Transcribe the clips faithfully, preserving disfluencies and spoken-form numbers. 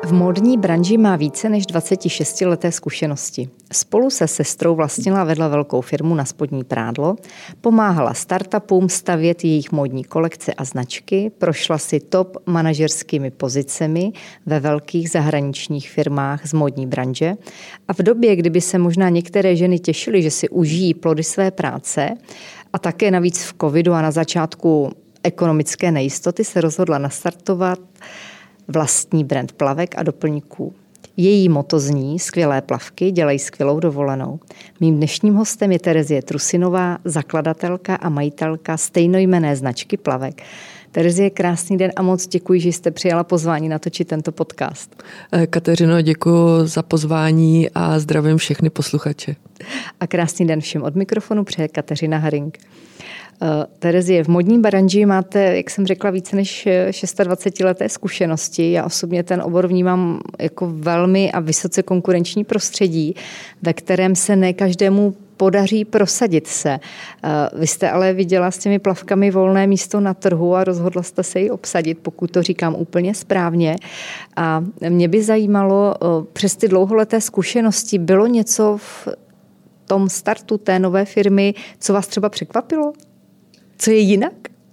V módní branži má více než dvacetišestileté zkušenosti. Spolu se sestrou vlastnila vedla velkou firmu na spodní prádlo, pomáhala startupům stavět jejich módní kolekce a značky, prošla si top manažerskými pozicemi ve velkých zahraničních firmách z módní branže a v době, kdyby se možná některé ženy těšily, že si užijí plody své práce a také navíc v covidu a na začátku ekonomické nejistoty, se rozhodla nastartovat vlastní brand plavek a doplňků. Její motto zní: skvělé plavky dělají skvělou dovolenou. Mým dnešním hostem je Terezie Trusinová, zakladatelka a majitelka stejnojmenné značky plavek. Terezie, krásný den a moc děkuji, že jste přijala pozvání natočit tento podcast. Kateřino, děkuji za pozvání a zdravím všechny posluchače. A krásný den všem od mikrofonu přeje Kateřina Haring. Terezie, v modní branži máte, jak jsem řekla, více než dvacetišestileté zkušenosti. Já osobně ten obor vnímám jako velmi a vysoce konkurenční prostředí, ve kterém se ne každému podaří prosadit se. Vy jste ale viděla s těmi plavkami volné místo na trhu a rozhodla jste se ji obsadit, pokud to říkám úplně správně. A mě by zajímalo, přes ty dlouholeté zkušenosti bylo něco v tom startu té nové firmy, co vás třeba překvapilo? Co je jinak?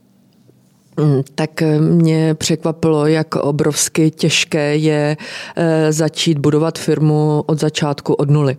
Tak mě překvapilo, jak obrovsky těžké je začít budovat firmu od začátku, od nuly.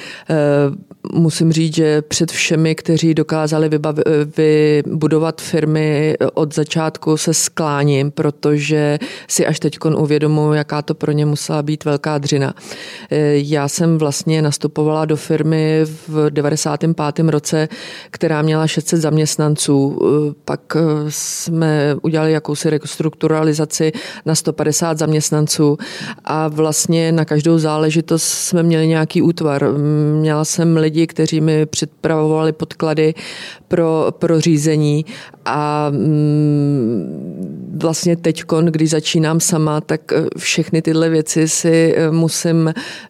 Musím říct, že před všemi, kteří dokázali vybav, vybudovat firmy od začátku, se skláním, protože si až teď uvědomuji, jaká to pro ně musela být velká dřina. Já jsem vlastně nastupovala do firmy v devadesátém pátém roce, která měla šest set zaměstnanců. Pak jsme udělali jakousi restrukturalizaci na sto padesát zaměstnanců a vlastně na každou záležitost jsme měli nějaký útvar. Měla jsem lidi, kteří mi připravovali podklady pro, pro řízení a vlastně teďkon, když začínám sama, tak všechny tyhle věci si musím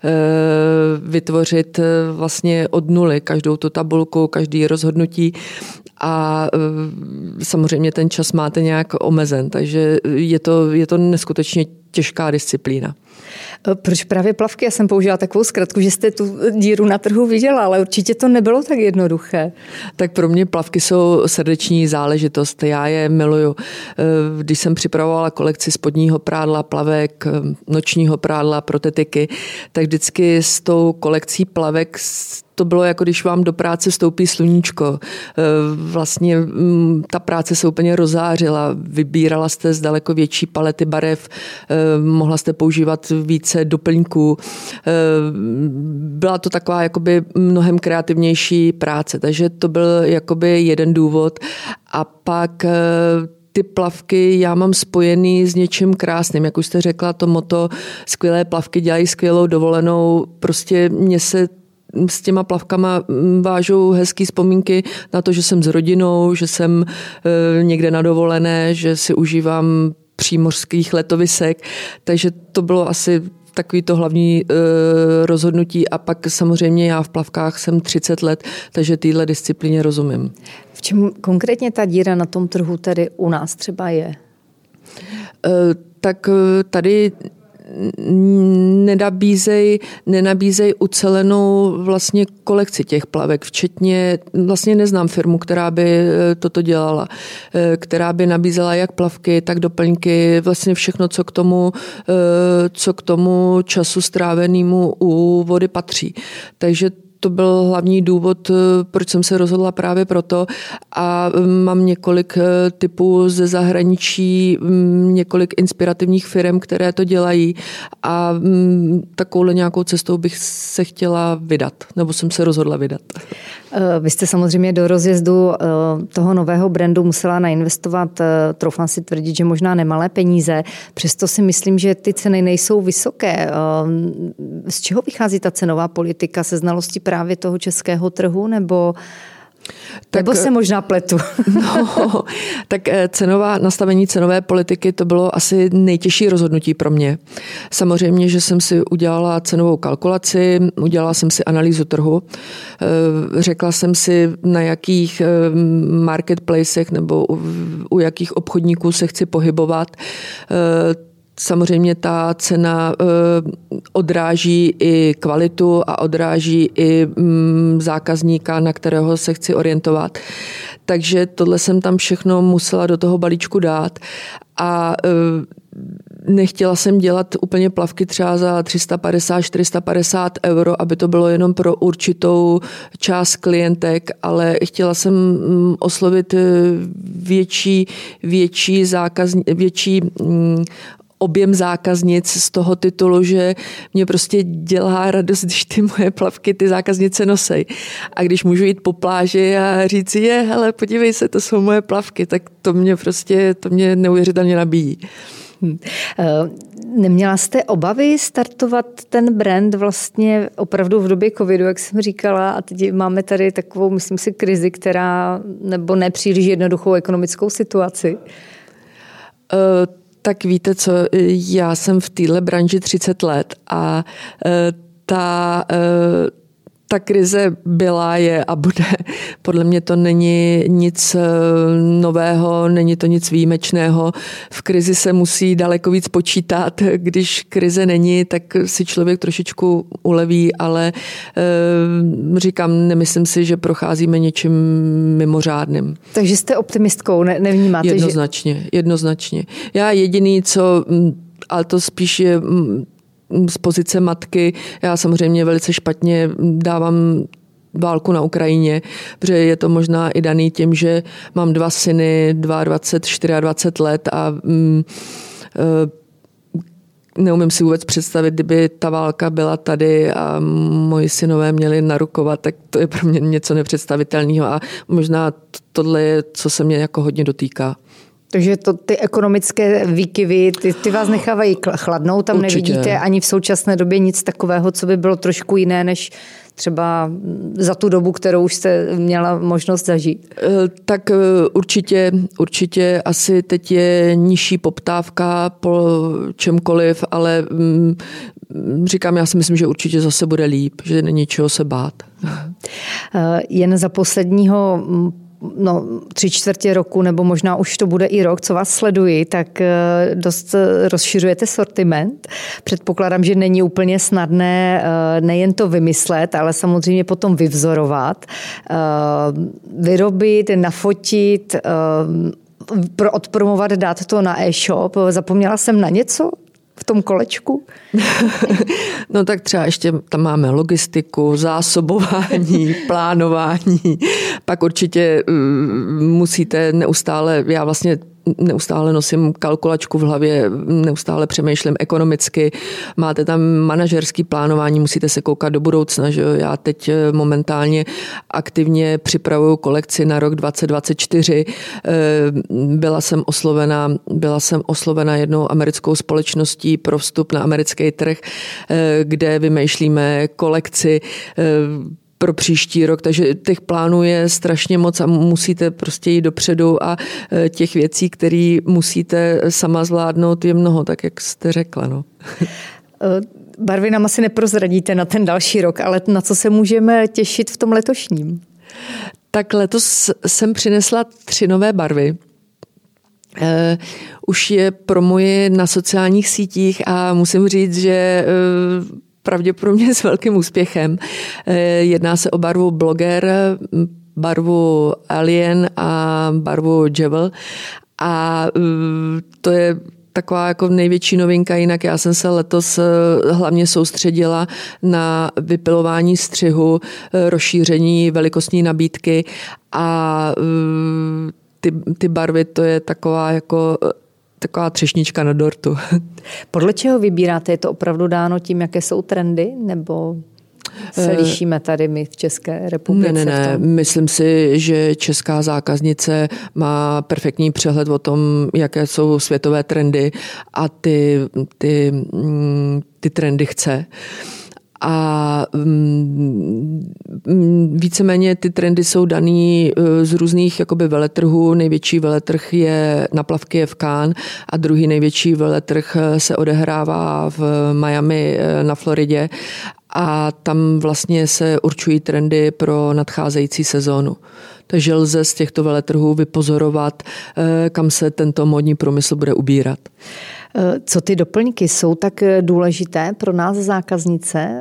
vytvořit vlastně od nuly. Každou tu tabulku, každý rozhodnutí a samozřejmě ten čas máte nějak omezen, takže je to, je to neskutečně těžká disciplína. Proč právě plavky? Já jsem použila takovou zkratku, že jste tu díru na trhu viděla, ale určitě to nebylo tak jednoduché. Tak pro mě plavky jsou srdeční záležitost. Já je miluju. Když jsem připravovala kolekci spodního prádla, plavek, nočního prádla, protetiky, tak vždycky s tou kolekcí plavek to bylo, jako když vám do práce vstoupí sluníčko. Vlastně ta práce se úplně rozářila. Vybírala jste z daleko větší palety barev, mohla jste používat více doplňků. Byla to taková jakoby mnohem kreativnější práce, takže to byl jakoby jeden důvod. A pak ty plavky já mám spojený s něčím krásným. Jak už jste řekla, to motto skvělé plavky dělají skvělou dovolenou. Prostě mě se s těma plavkama vážou hezký vzpomínky na to, že jsem s rodinou, že jsem někde na dovolené, že si užívám přímořských letovisek, takže to bylo asi takový to hlavní uh, rozhodnutí a pak samozřejmě já v plavkách jsem třicet let, takže téhle disciplíně rozumím. V čem konkrétně ta díra na tom trhu tedy u nás třeba je? Uh, tak uh, tady nenabízej, nenabízej ucelenou vlastně kolekci těch plavek, včetně, vlastně neznám firmu, která by toto dělala, která by nabízela jak plavky, tak doplňky, vlastně všechno, co k tomu, co k tomu času strávenému u vody patří. Takže to byl hlavní důvod, proč jsem se rozhodla právě proto a mám několik typů ze zahraničí, několik inspirativních firm, které to dělají a takovouhle nějakou cestou bych se chtěla vydat, nebo jsem se rozhodla vydat. Vy jste samozřejmě do rozjezdu toho nového brandu musela nainvestovat, troufám si tvrdit, že možná nemalé peníze, přesto si myslím, že ty ceny nejsou vysoké. Z čeho vychází ta cenová politika? Se znalostí právě toho českého trhu, nebo Tak, Nebo se možná pletu. No, tak cenová, nastavení cenové politiky to bylo asi nejtěžší rozhodnutí pro mě. Samozřejmě, že jsem si udělala cenovou kalkulaci, udělala jsem si analýzu trhu, řekla jsem si, na jakých marketplacech nebo u jakých obchodníků se chci pohybovat. samozřejmě ta cena odráží i kvalitu a odráží i zákazníka, na kterého se chci orientovat. Takže tohle jsem tam všechno musela do toho balíčku dát a nechtěla jsem dělat úplně plavky třeba za tři sta padesát, čtyři sta padesát euro, aby to bylo jenom pro určitou část klientek, ale chtěla jsem oslovit větší, větší, zákazní, větší objem zákaznic z toho titulu, že mě prostě dělá radost, když ty moje plavky ty zákaznice nosej. A když můžu jít po pláži a říct si, je, hele, podívej se, to jsou moje plavky, tak to mě prostě, to mě neuvěřitelně nabíjí. Hmm. Neměla jste obavy startovat ten brand vlastně opravdu v době covidu, jak jsem říkala, a teď máme tady takovou, myslím si, krizi, která, nebo nepříliš jednoduchou ekonomickou situaci? Uh, Tak víte co, já jsem v téhle branži třicet let a ta, ta krize byla, je a bude. Podle mě to není nic nového, není to nic výjimečného. V krizi se musí daleko víc počítat. Když krize není, tak si člověk trošičku uleví, ale říkám, nemyslím si, že procházíme něčím mimořádným. Takže jste optimistkou, ne, nevnímáte? Jednoznačně, že... jednoznačně. Já jediný, co, ale to spíš je z pozice matky, já samozřejmě velice špatně dávám válku na Ukrajině, protože je to možná i daný tím, že mám dva syny, dvacet dva, dvacet čtyři let a mm, e, neumím si vůbec představit, kdyby ta válka byla tady a moji synové měli narukovat, tak to je pro mě něco nepředstavitelného a možná tohle je, co se mě jako hodně dotýká. Takže to, ty ekonomické výkyvy, ty, ty vás nechávají chladnout, tam určitě nevidíte ani v současné době nic takového, co by bylo trošku jiné, než třeba za tu dobu, kterou už jste měla možnost zažít? Tak určitě, určitě asi teď je nižší poptávka po čemkoliv, ale říkám, já si myslím, že určitě zase bude líp, že není čeho se bát. Jen za posledního no, tři čtvrtě roku, nebo možná už to bude i rok, co vás sleduji, tak dost rozšiřujete sortiment. Předpokládám, že není úplně snadné nejen to vymyslet, ale samozřejmě potom vyvzorovat, vyrobit, nafotit, odpromovat, dát to na e-shop. Zapomněla jsem na něco v tom kolečku? No tak třeba ještě tam máme logistiku, zásobování, plánování. Pak určitě musíte neustále, já vlastně neustále nosím kalkulačku v hlavě, neustále přemýšlím ekonomicky. Máte tam manažerský plánování, musíte se koukat do budoucna. Že? Já teď momentálně aktivně připravuju kolekci na rok dvacet dvacet čtyři. Byla jsem oslovena, byla jsem oslovena jednou americkou společností pro vstup na americký trh, kde vymýšlíme kolekci pro příští rok, takže těch plánů je strašně moc a musíte prostě jít dopředu a těch věcí, které musíte sama zvládnout, je mnoho, tak jak jste řekla. No. Barvy nám asi neprozradíte na ten další rok, ale na co se můžeme těšit v tom letošním? Tak letos jsem přinesla tři nové barvy. Uh, už je promuji na sociálních sítích a musím říct, že uh, pravděpodobně s velkým úspěchem. Jedná se o barvu Blogger, barvu Alien a barvu Jewel. A to je taková jako největší novinka, jinak já jsem se letos hlavně soustředila na vypilování střihu, rozšíření velikostní nabídky a ty, ty barvy, to je taková jako taková třešnička na dortu. Podle čeho vybíráte? Je to opravdu dáno tím, jaké jsou trendy? Nebo se lišíme tady my v České republice? Ne, ne, ne. Myslím si, že česká zákaznice má perfektní přehled o tom, jaké jsou světové trendy a ty, ty, ty trendy chce. A víceméně ty trendy jsou daný z různých jakoby veletrhů. Největší veletrh je na plavky je v Cannes a druhý největší veletrh se odehrává v Miami na Floridě a tam vlastně se určují trendy pro nadcházející sezónu. Takže lze z těchto veletrhů vypozorovat, kam se tento módní průmysl bude ubírat. Co ty doplňky jsou tak důležité pro nás zákaznice?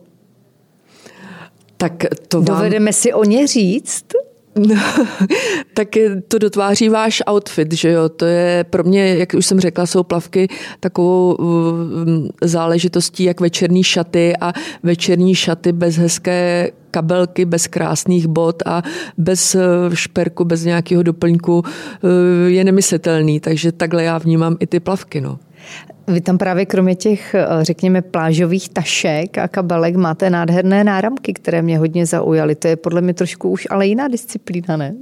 Tak to vám... Dovedeme si o ně říct? No, tak to dotváří váš outfit, že jo, to je pro mě, jak už jsem řekla, jsou plavky takovou záležitostí jak večerní šaty a večerní šaty bez hezké kabelky, bez krásných bot a bez šperku, bez nějakého doplňku je nemyslitelný, takže takhle já vnímám i ty plavky, no. Vy tam právě kromě těch, řekněme, plážových tašek a kabelek máte nádherné náramky, které mě hodně zaujaly. To je podle mě trošku už ale jiná disciplína, ne?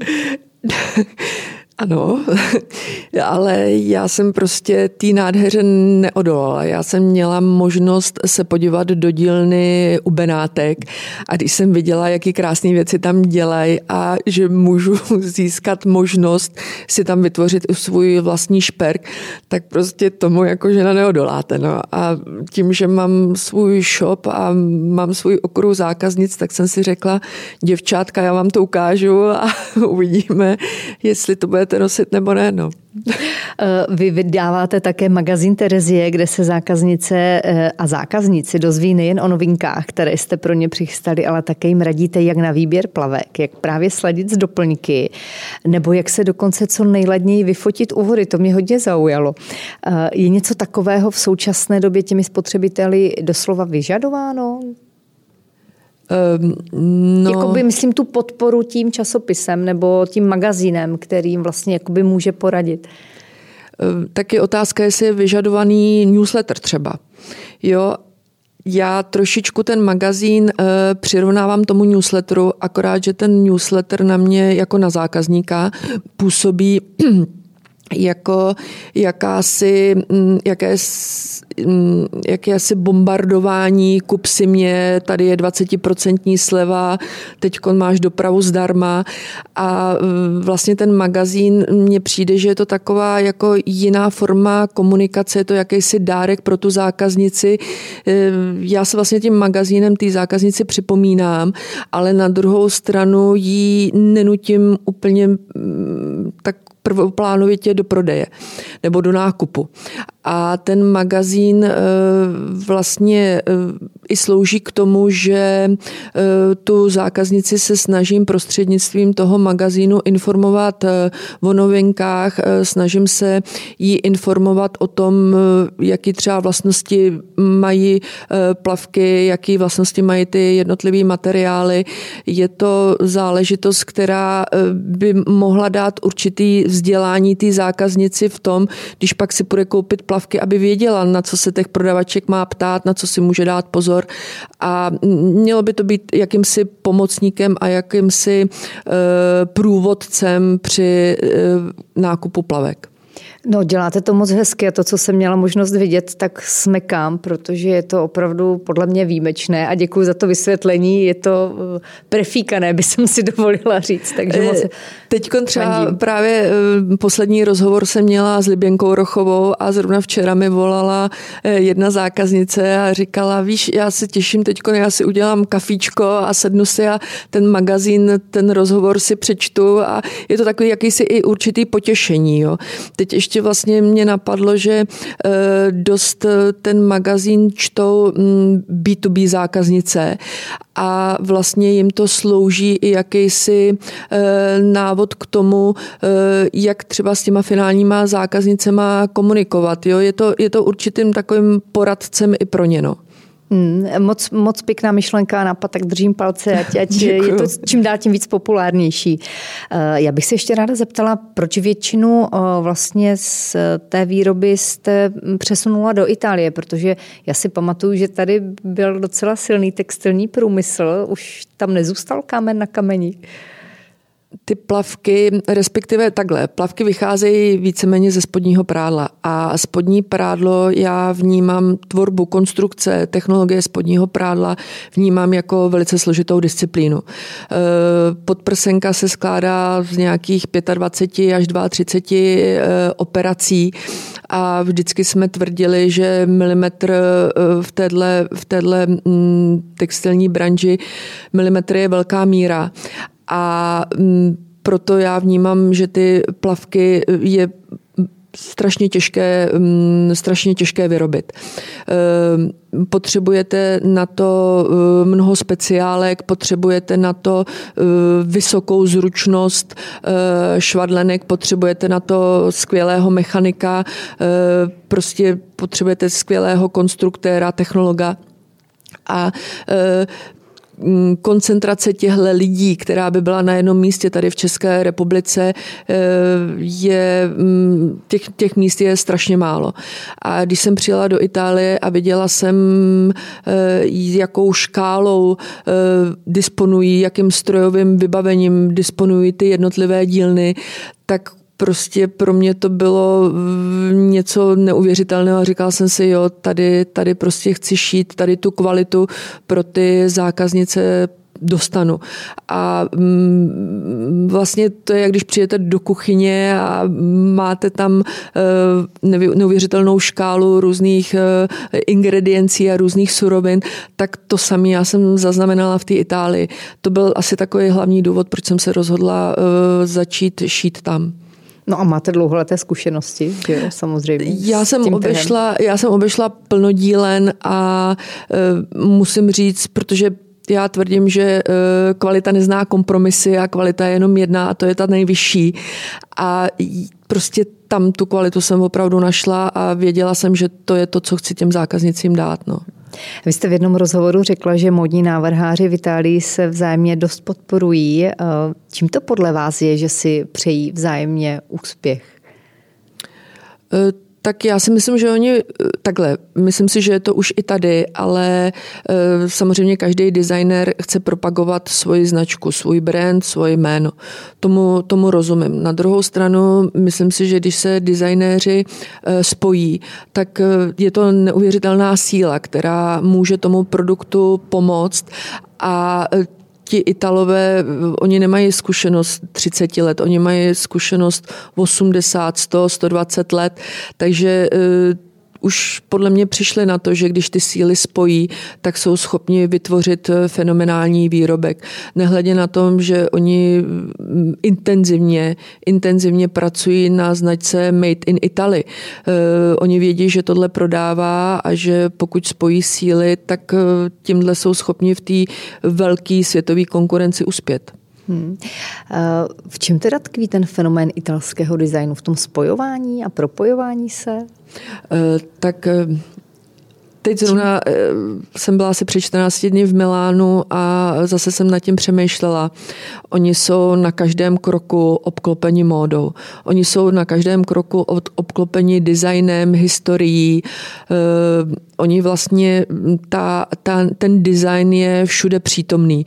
Ano, ale já jsem prostě té nádheře neodolala. Já jsem měla možnost se podívat do dílny u Benátek a když jsem viděla, jaký krásné věci tam dělají a že můžu získat možnost si tam vytvořit svůj vlastní šperk, tak prostě tomu jako žena neodoláte. No. A tím, že mám svůj shop a mám svůj okruh zákaznic, tak jsem si řekla, děvčátka, já vám to ukážu a uvidíme, jestli to bude nosit nebo ne, no. Vy vydáváte také magazín Terezie, kde se zákaznice a zákazníci dozví nejen o novinkách, které jste pro ně přichystali, ale také jim radíte, jak na výběr plavek, jak právě sladit z doplňky, nebo jak se dokonce co nejladněji vyfotit u vody. To mě hodně zaujalo. Je něco takového v současné době těmi spotřebiteli doslova vyžadováno? Um, no. Jakoby myslím tu podporu tím časopisem nebo tím magazínem, který jim vlastně jakoby může poradit. Tak je otázka, jestli je vyžadovaný newsletter třeba. Jo, já trošičku ten magazín uh, přirovnávám tomu newsletteru, akorát, že ten newsletter na mě jako na zákazníka působí jako jakási, jaké, jakési bombardování, kup si mě, tady je dvacet procent sleva, teďkon máš dopravu zdarma a vlastně ten magazín mně přijde, že je to taková jako jiná forma komunikace, je to jakýsi dárek pro tu zákaznici. Já se vlastně tím magazínem té zákaznici připomínám, ale na druhou stranu ji nenutím úplně tak prvoplánovitě do prodeje nebo do nákupu. A ten magazín vlastně i slouží k tomu, že tu zákaznici se snažím prostřednictvím toho magazínu informovat o novinkách, snažím se jí informovat o tom, jaký třeba vlastnosti mají plavky, jaký vlastnosti mají ty jednotlivé materiály. Je to záležitost, která by mohla dát určitý vzdělání té zákaznici v tom, když pak si půjde koupit plavky, aby věděla, na co se těch prodavaček má ptát, na co si může dát pozor. A mělo by to být jakýmsi pomocníkem a jakýmsi e, průvodcem při e, nákupu plavek. No, děláte to moc hezky a to, co jsem měla možnost vidět, tak smekám, protože je to opravdu podle mě výjimečné a děkuji za to vysvětlení, je to prefíkané, by jsem si dovolila říct. Takže moc teďkon třeba fandím. Právě poslední rozhovor jsem měla s Liběnkou Rochovou a zrovna včera mi volala jedna zákaznice a říkala, víš, já se těším teďkon, já si udělám kafíčko a sednu si a ten magazín, ten rozhovor si přečtu a je to takový jakýsi i určitý potěšení. Jo. Teď ještě vlastně mě napadlo, že dost ten magazín čtou bé dvě bé zákaznice a vlastně jim to slouží i jakýsi návod k tomu, jak třeba s těma finálníma zákaznicema komunikovat. Jo? Je to, je to určitým takovým poradcem i pro ně. No. Hmm, moc, moc pěkná myšlenka a nápad, tak držím palce, ať, ať je to čím dál tím víc populárnější. Já bych se ještě ráda zeptala, proč většinu vlastně z té výroby jste přesunula do Itálie, protože já si pamatuju, že tady byl docela silný textilní průmysl, už tam nezůstal kámen na kameni. Ty plavky, respektive takhle, plavky vycházejí víceméně ze spodního prádla a spodní prádlo já vnímám tvorbu, konstrukce, technologie spodního prádla vnímám jako velice složitou disciplínu. Podprsenka se skládá z nějakých dvacet pět až třicet dva operací a vždycky jsme tvrdili, že milimetr v této v této textilní branži, milimetr je velká míra. A proto já vnímám, že ty plavky je strašně těžké, strašně těžké vyrobit. Potřebujete na to mnoho speciálek, potřebujete na to vysokou zručnost švadlenek, potřebujete na to skvělého mechanika, prostě potřebujete skvělého konstruktéra, technologa. A koncentrace těchto lidí, která by byla na jednom místě tady v České republice, je, těch, těch míst je strašně málo. A když jsem přijela do Itálie a viděla jsem, jakou škálou disponují, jakým strojovým vybavením disponují ty jednotlivé dílny, tak prostě pro mě to bylo něco neuvěřitelného a říkala jsem si, jo, tady, tady prostě chci šít, tady tu kvalitu pro ty zákaznice dostanu. A vlastně to je, jak když přijete do kuchyně a máte tam neuvěřitelnou škálu různých ingrediencí a různých surovin, tak to samé já jsem zaznamenala v té Itálii. To byl asi takový hlavní důvod, proč jsem se rozhodla začít šít tam. No a máte dlouholeté zkušenosti, že jo, samozřejmě. Já jsem obešla, já jsem obešla plno dílen a e, musím říct, protože já tvrdím, že e, kvalita nezná kompromisy a kvalita je jenom jedna a to je ta nejvyšší. A prostě tam tu kvalitu jsem opravdu našla a věděla jsem, že to je to, co chci těm zákaznicím dát. No. Vy jste v jednom rozhovoru řekla, že módní návrháři v Itálii se vzájemně dost podporují. Čím to podle vás je, že si přejí vzájemně úspěch? Tak já si myslím, že oni takhle, myslím si, že je to už i tady, ale samozřejmě každý designer chce propagovat svoji značku, svůj brand, svoje jméno. Tomu, tomu rozumím. Na druhou stranu, myslím si, že když se designéři spojí, tak je to neuvěřitelná síla, která může tomu produktu pomoct a ti Italové, oni nemají zkušenost třicet let, oni mají zkušenost osmdesát, sto, sto dvacet let, takže uh, už podle mě přišli na to, že když ty síly spojí, tak jsou schopni vytvořit fenomenální výrobek. Nehledě na tom, že oni intenzivně, intenzivně pracují na značce Made in Italy. Uh, oni vědí, že tohle prodává a že pokud spojí síly, tak uh, tímhle jsou schopni v té velké světové konkurenci uspět. Hmm. V čem teda tkví ten fenomén italského designu? V tom spojování a propojování se? Tak teď zrovna jsem byla asi před čtrnácti dny v Milánu a zase jsem nad tím přemýšlela. Oni jsou na každém kroku obklopeni módou. Oni jsou na každém kroku obklopeni designem, historií. Oni vlastně, ta, ta, ten design je všude přítomný.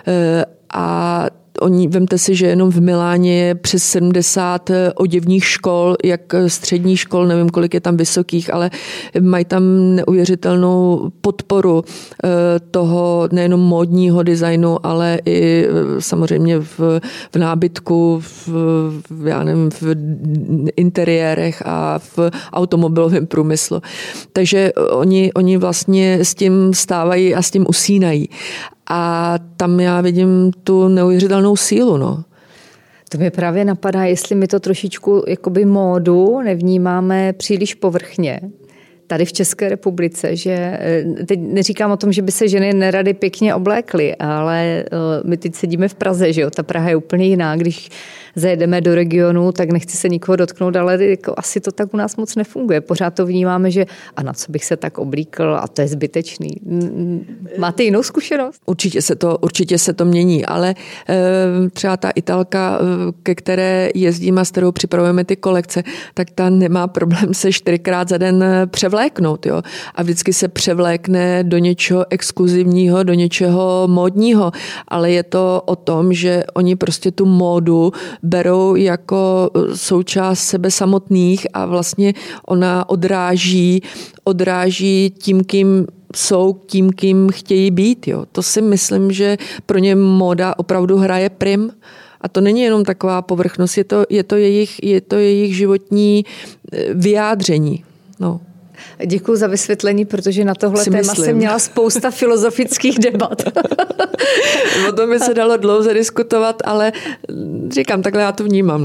A Oni, vemte si, že jenom v Miláně je přes sedmdesát oděvních škol, jak středních škol, nevím, kolik je tam vysokých, ale mají tam neuvěřitelnou podporu toho nejenom módního designu, ale i samozřejmě v, v nábytku, v, já nevím, v interiérech a v automobilovém průmyslu. Takže oni, oni vlastně s tím stávají a s tím usínají. A tam já vidím tu neuvěřitelnou sílu, no. To mě právě napadá, jestli my to trošičku jakoby módu nevnímáme příliš povrchně. Tady v České republice, že teď neříkám o tom, že by se ženy nerady pěkně oblékly, ale my teď sedíme v Praze, že jo, ta Praha je úplně jiná, když zajedeme do regionu, tak nechci se nikoho dotknout, ale jako asi to tak u nás moc nefunguje. Pořád to vnímáme, že a na co bych se tak oblíkl a to je zbytečný. Máte jinou zkušenost? Určitě se to, určitě se to mění, ale třeba ta Italka, ke které jezdím a s kterou připravujeme ty kolekce, tak ta nemá problém se čtyřikrát za den převléknout, jo. A vždycky se převlékne do něčeho exkluzivního, do něčeho módního, ale je to o tom, že oni prostě tu módu berou jako součást sebe samotných a vlastně ona odráží, odráží tím, kým jsou, tím, kým chtějí být. Jo. To si myslím, že pro ně móda opravdu hraje prim. A to není jenom taková povrchnost, je to, je to, jejich, je to jejich životní vyjádření. No. Děkuji za vysvětlení, protože na tohle si téma myslím. Jsem měla spousta filozofických debat. O tom by se dalo dlouze diskutovat, ale říkám, takhle já to vnímám. No.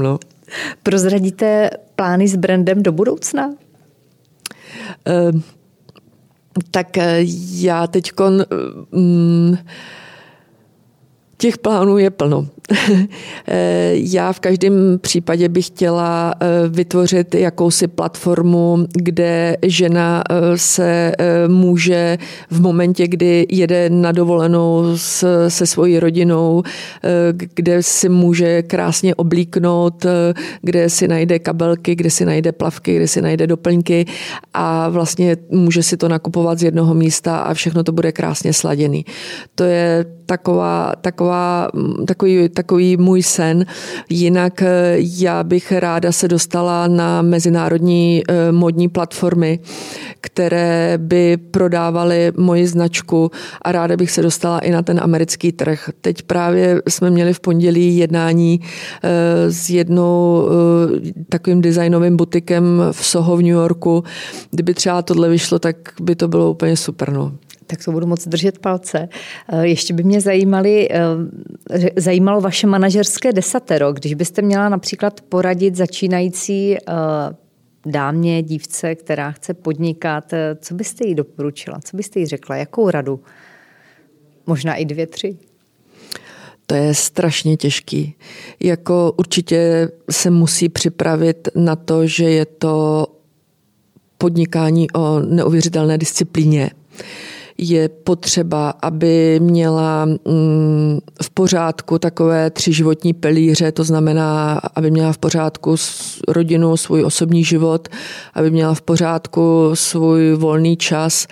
Prozradíte plány s brandem do budoucna? Uh, tak já teďkon... Um, Těch plánů je plno. Já v každém případě bych chtěla vytvořit jakousi platformu, kde žena se může v momentě, kdy jede na dovolenou se svojí rodinou, kde si může krásně oblíknout, kde si najde kabelky, kde si najde plavky, kde si najde doplňky a vlastně může si to nakupovat z jednoho místa a všechno to bude krásně sladěný. To je taková, taková, takový, takový můj sen. Jinak já bych ráda se dostala na mezinárodní modní platformy, které by prodávaly moji značku a ráda bych se dostala i na ten americký trh. Teď právě jsme měli v pondělí jednání s jednou takovým designovým butikem v Soho v New Yorku. Kdyby třeba tohle vyšlo, tak by to bylo úplně super. No. Tak to budu moc držet palce. Ještě by mě zajímaly, zajímalo vaše manažerské desatero. Když byste měla například poradit začínající dámě, dívce, která chce podnikat, co byste jí doporučila? Co byste jí řekla? Jakou radu? Možná i dvě, tři? To je strašně těžký. Jako určitě se musí připravit na to, že je to podnikání o neuvěřitelné disciplíně. Je potřeba, aby měla v pořádku takové tři životní pilíře, to znamená, aby měla v pořádku rodinu, svůj osobní život, aby měla v pořádku svůj volný čas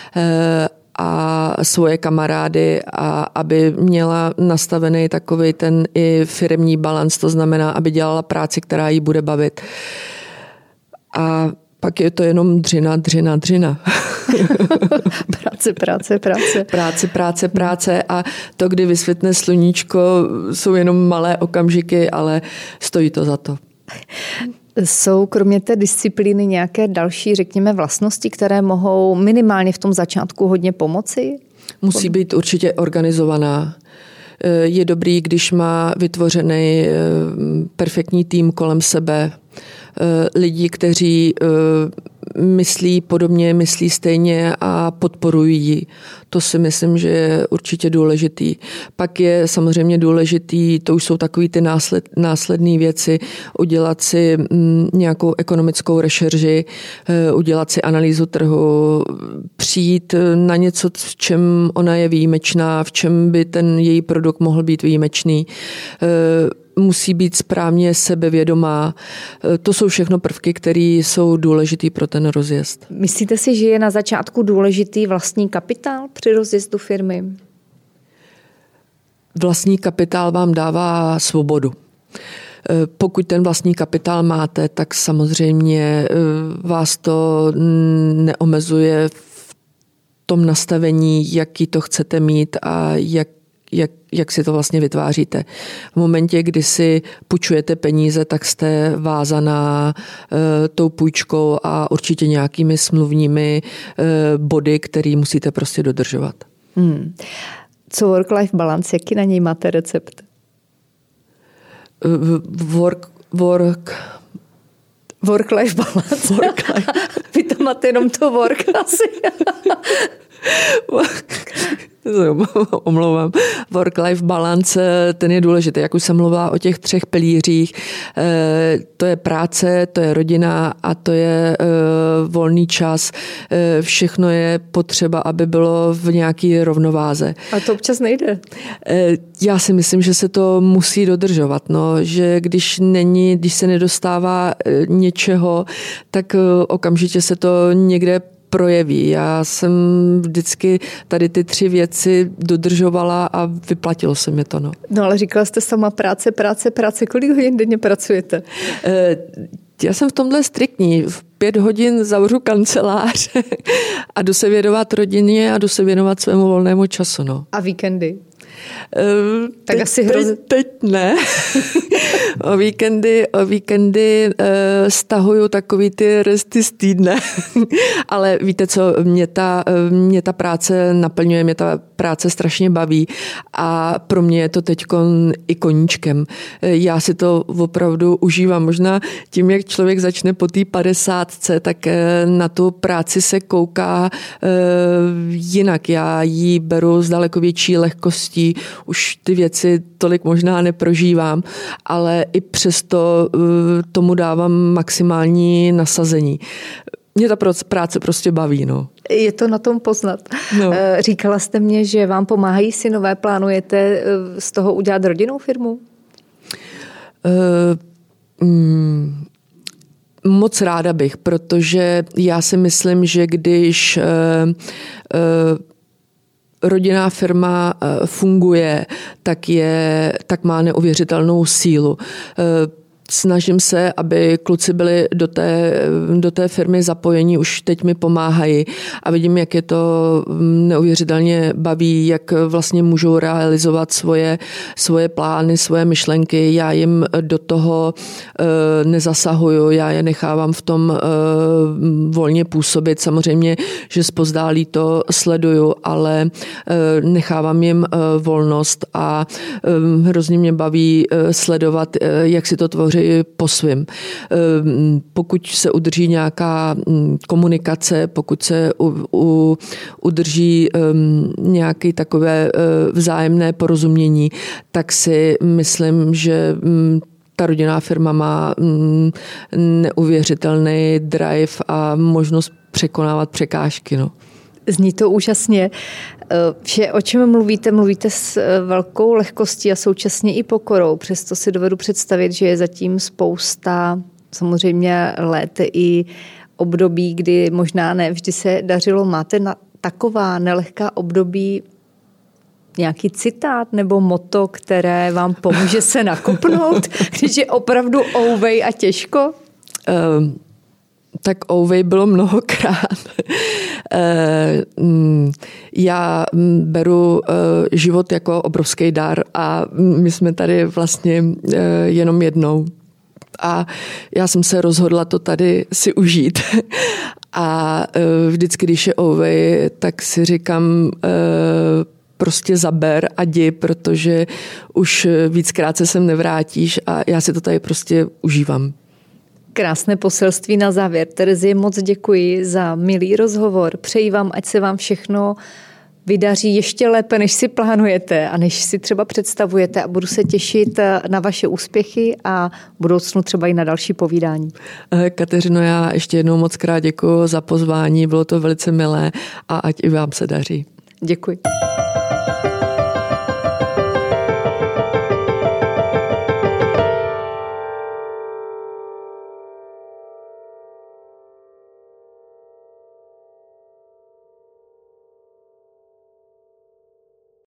a svoje kamarády a aby měla nastavený takový ten i firemní balans, to znamená, aby dělala práci, která jí bude bavit. A pak je to jenom dřina, dřina, dřina. práce, práce, práce. Práce, práce, práce a to, kdy vysvětne sluníčko, jsou jenom malé okamžiky, ale stojí to za to. Jsou kromě té disciplíny nějaké další, řekněme, vlastnosti, které mohou minimálně v tom začátku hodně pomoci? Musí být určitě organizovaná. Je dobrý, když má vytvořený perfektní tým kolem sebe. Lidi, kteří myslí podobně, myslí stejně a podporují ji. To si myslím, že je určitě důležitý. Pak je samozřejmě důležitý, to už jsou takový ty násled, následné věci, udělat si nějakou ekonomickou rešerži, udělat si analýzu trhu, přijít na něco, v čem ona je výjimečná, v čem by ten její produkt mohl být výjimečný. Musí být správně sebevědomá. To jsou všechno prvky, které jsou důležitý pro ten rozjezd. Myslíte si, že je na začátku důležitý vlastní kapitál při rozjezdu firmy? Vlastní kapitál vám dává svobodu. Pokud ten vlastní kapitál máte, tak samozřejmě vás to neomezuje v tom nastavení, jaký to chcete mít a jak Jak, jak si to vlastně vytváříte. V momentě, kdy si půjčujete peníze, tak jste vázaná e, tou půjčkou a určitě nějakými smluvními e, body, které musíte prostě dodržovat. Hmm. Co work-life balance, jaký na něj máte recept? Work, work, Work-life balance. Work-life. Vy to máte jenom to work asi. Omlouvám. Work-life balance, ten je důležitý. Jak už jsem mluvila o těch třech pilířích, to je práce, to je rodina a to je volný čas. Všechno je potřeba, aby bylo v nějaké rovnováze. A to občas nejde. Já si myslím, že se to musí dodržovat. No, že když není, když se nedostává něčeho, tak okamžitě se to někde projeví. Já jsem vždycky tady ty tři věci dodržovala a vyplatilo se mi to. No, no ale říkala jste sama práce, práce, práce. Kolik hodin denně pracujete? Já jsem v tomhle striktní. V pět hodin zavřu kancelář a jdu se věnovat rodině a jdu se věnovat svému volnému času. No. A víkendy? Uh, tak teď, asi hroz... teď, teď ne. O víkendy, o víkendy e, stahuju takový ty resty z týdne, ale víte co, mě ta, mě ta práce naplňuje, mě ta práce strašně baví a pro mě je to teďko i koníčkem. Já si to opravdu užívám. Možná tím, jak člověk začne po té padesátce, tak na tu práci se kouká e, jinak. Já ji beru s daleko větší lehkostí, už ty věci tolik možná neprožívám, ale i přesto e, tomu dávám maximální nasazení. Mě ta práce prostě baví, no. Je to na tom poznat. No. Říkala jste mě, že vám pomáhají synové. Plánujete z toho udělat rodinnou firmu? Uh, mm, moc ráda bych, protože já si myslím, že když uh, uh, rodinná firma funguje, tak, je, tak má neuvěřitelnou sílu. Uh, Snažím se, aby kluci byli do té, do té firmy zapojení, už teď mi pomáhají a vidím, jak je to neuvěřitelně baví, jak vlastně můžou realizovat svoje, svoje plány, svoje myšlenky. Já jim do toho uh, nezasahuju, já je nechávám v tom uh, volně působit. Samozřejmě, že zpozdálí to sleduju, ale uh, nechávám jim uh, volnost a uh, hrozně mě baví uh, sledovat, uh, jak si to tvoří po svým. Pokud se udrží nějaká komunikace, pokud se u, u, udrží nějaké takové vzájemné porozumění, tak si myslím, že ta rodinná firma má neuvěřitelný drive a možnost překonávat překážky. No. Zní to úžasně. Vše, o čem mluvíte, mluvíte s velkou lehkostí a současně i pokorou. Přesto si dovedu představit, že je zatím spousta samozřejmě let i období, kdy možná ne vždy se dařilo. Máte na taková nelehká období nějaký citát nebo motto, které vám pomůže se nakopnout, když je opravdu ouvej a těžko? Um. Tak ouvej bylo mnohokrát. Já beru život jako obrovský dar a my jsme tady vlastně jenom jednou. A já jsem se rozhodla to tady si užít. A vždycky, když je ouvej, tak si říkám, prostě zaber a jdi, protože už víckrát se sem nevrátíš a já si to tady prostě užívám. Krásné poselství na závěr. Terezie, moc děkuji za milý rozhovor. Přeji vám, ať se vám všechno vydaří ještě lépe, než si plánujete a než si třeba představujete a budu se těšit na vaše úspěchy a v budoucnu třeba i na další povídání. Kateřino, já ještě jednou moc krát děkuji za pozvání, bylo to velice milé a ať i vám se daří. Děkuji.